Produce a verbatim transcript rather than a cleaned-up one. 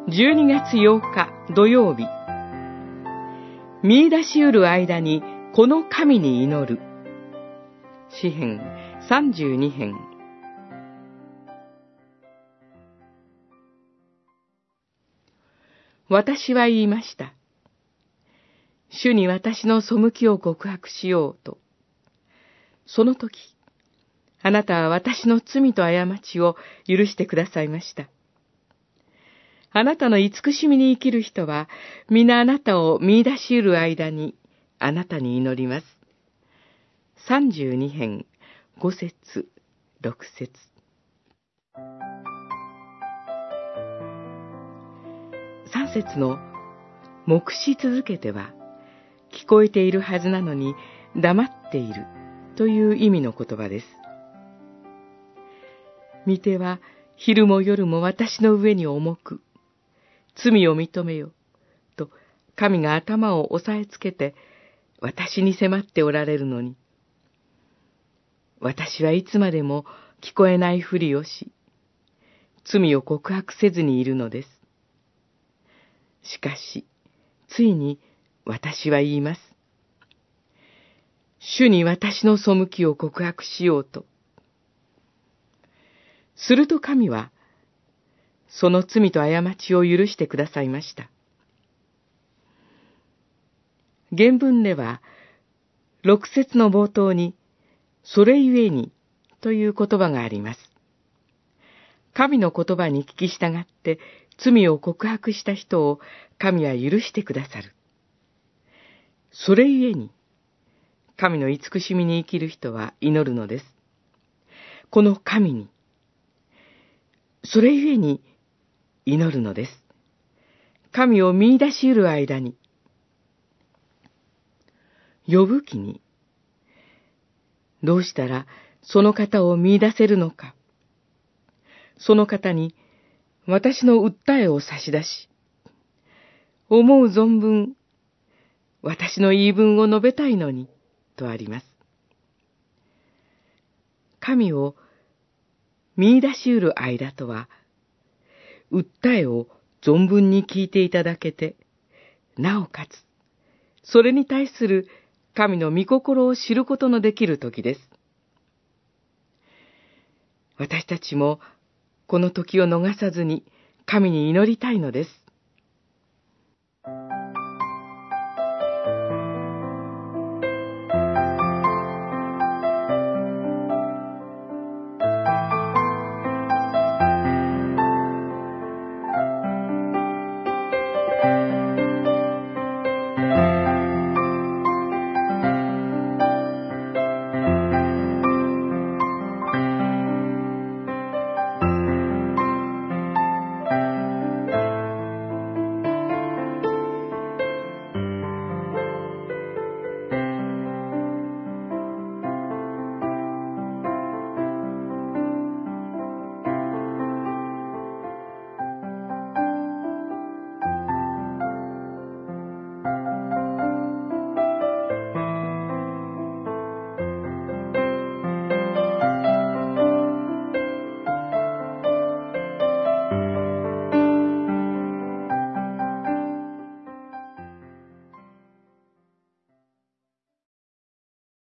じゅうにがつようか土曜日。見出しうる間にこの神に祈る。詩編さんじゅうにへん。私は言いました。主に私の背きを告白しようと。その時、あなたは私の罪と過ちを許してくださいました。あなたの慈しみに生きる人は、皆あなたを見出しうる間に、あなたに祈ります。さんじゅうにへん、ごせつ、ろくせつ。さんせつの、黙し続けては、聞こえているはずなのに黙っているという意味の言葉です。御手は昼も夜も私の上に重く、罪を認めよ、と神が頭を押さえつけて私に迫っておられるのに、私はいつまでも聞こえないふりをし、罪を告白せずにいるのです。しかし、ついに私は言います。主に私の背きを告白しようと。すると神は、その罪と過ちを許してくださいました。原文では、ろくせつの冒頭に、それゆえにという言葉があります。神の言葉に聞き従って罪を告白した人を神は許してくださる。それゆえに、神の慈しみに生きる人は祈るのです。この神に、それゆえに祈るのです。神を見出し得る間に、呼ぶ気に、どうしたらその方を見出せるのか。その方に私の訴えを差し出し、思う存分、私の言い分を述べたいのに、とあります。神を見出し得る間とは、訴えを存分に聞いていただけて、なおかつ、それに対する神の御心を知ることのできる時です。私たちも、この時を逃さずに神に祈りたいのです。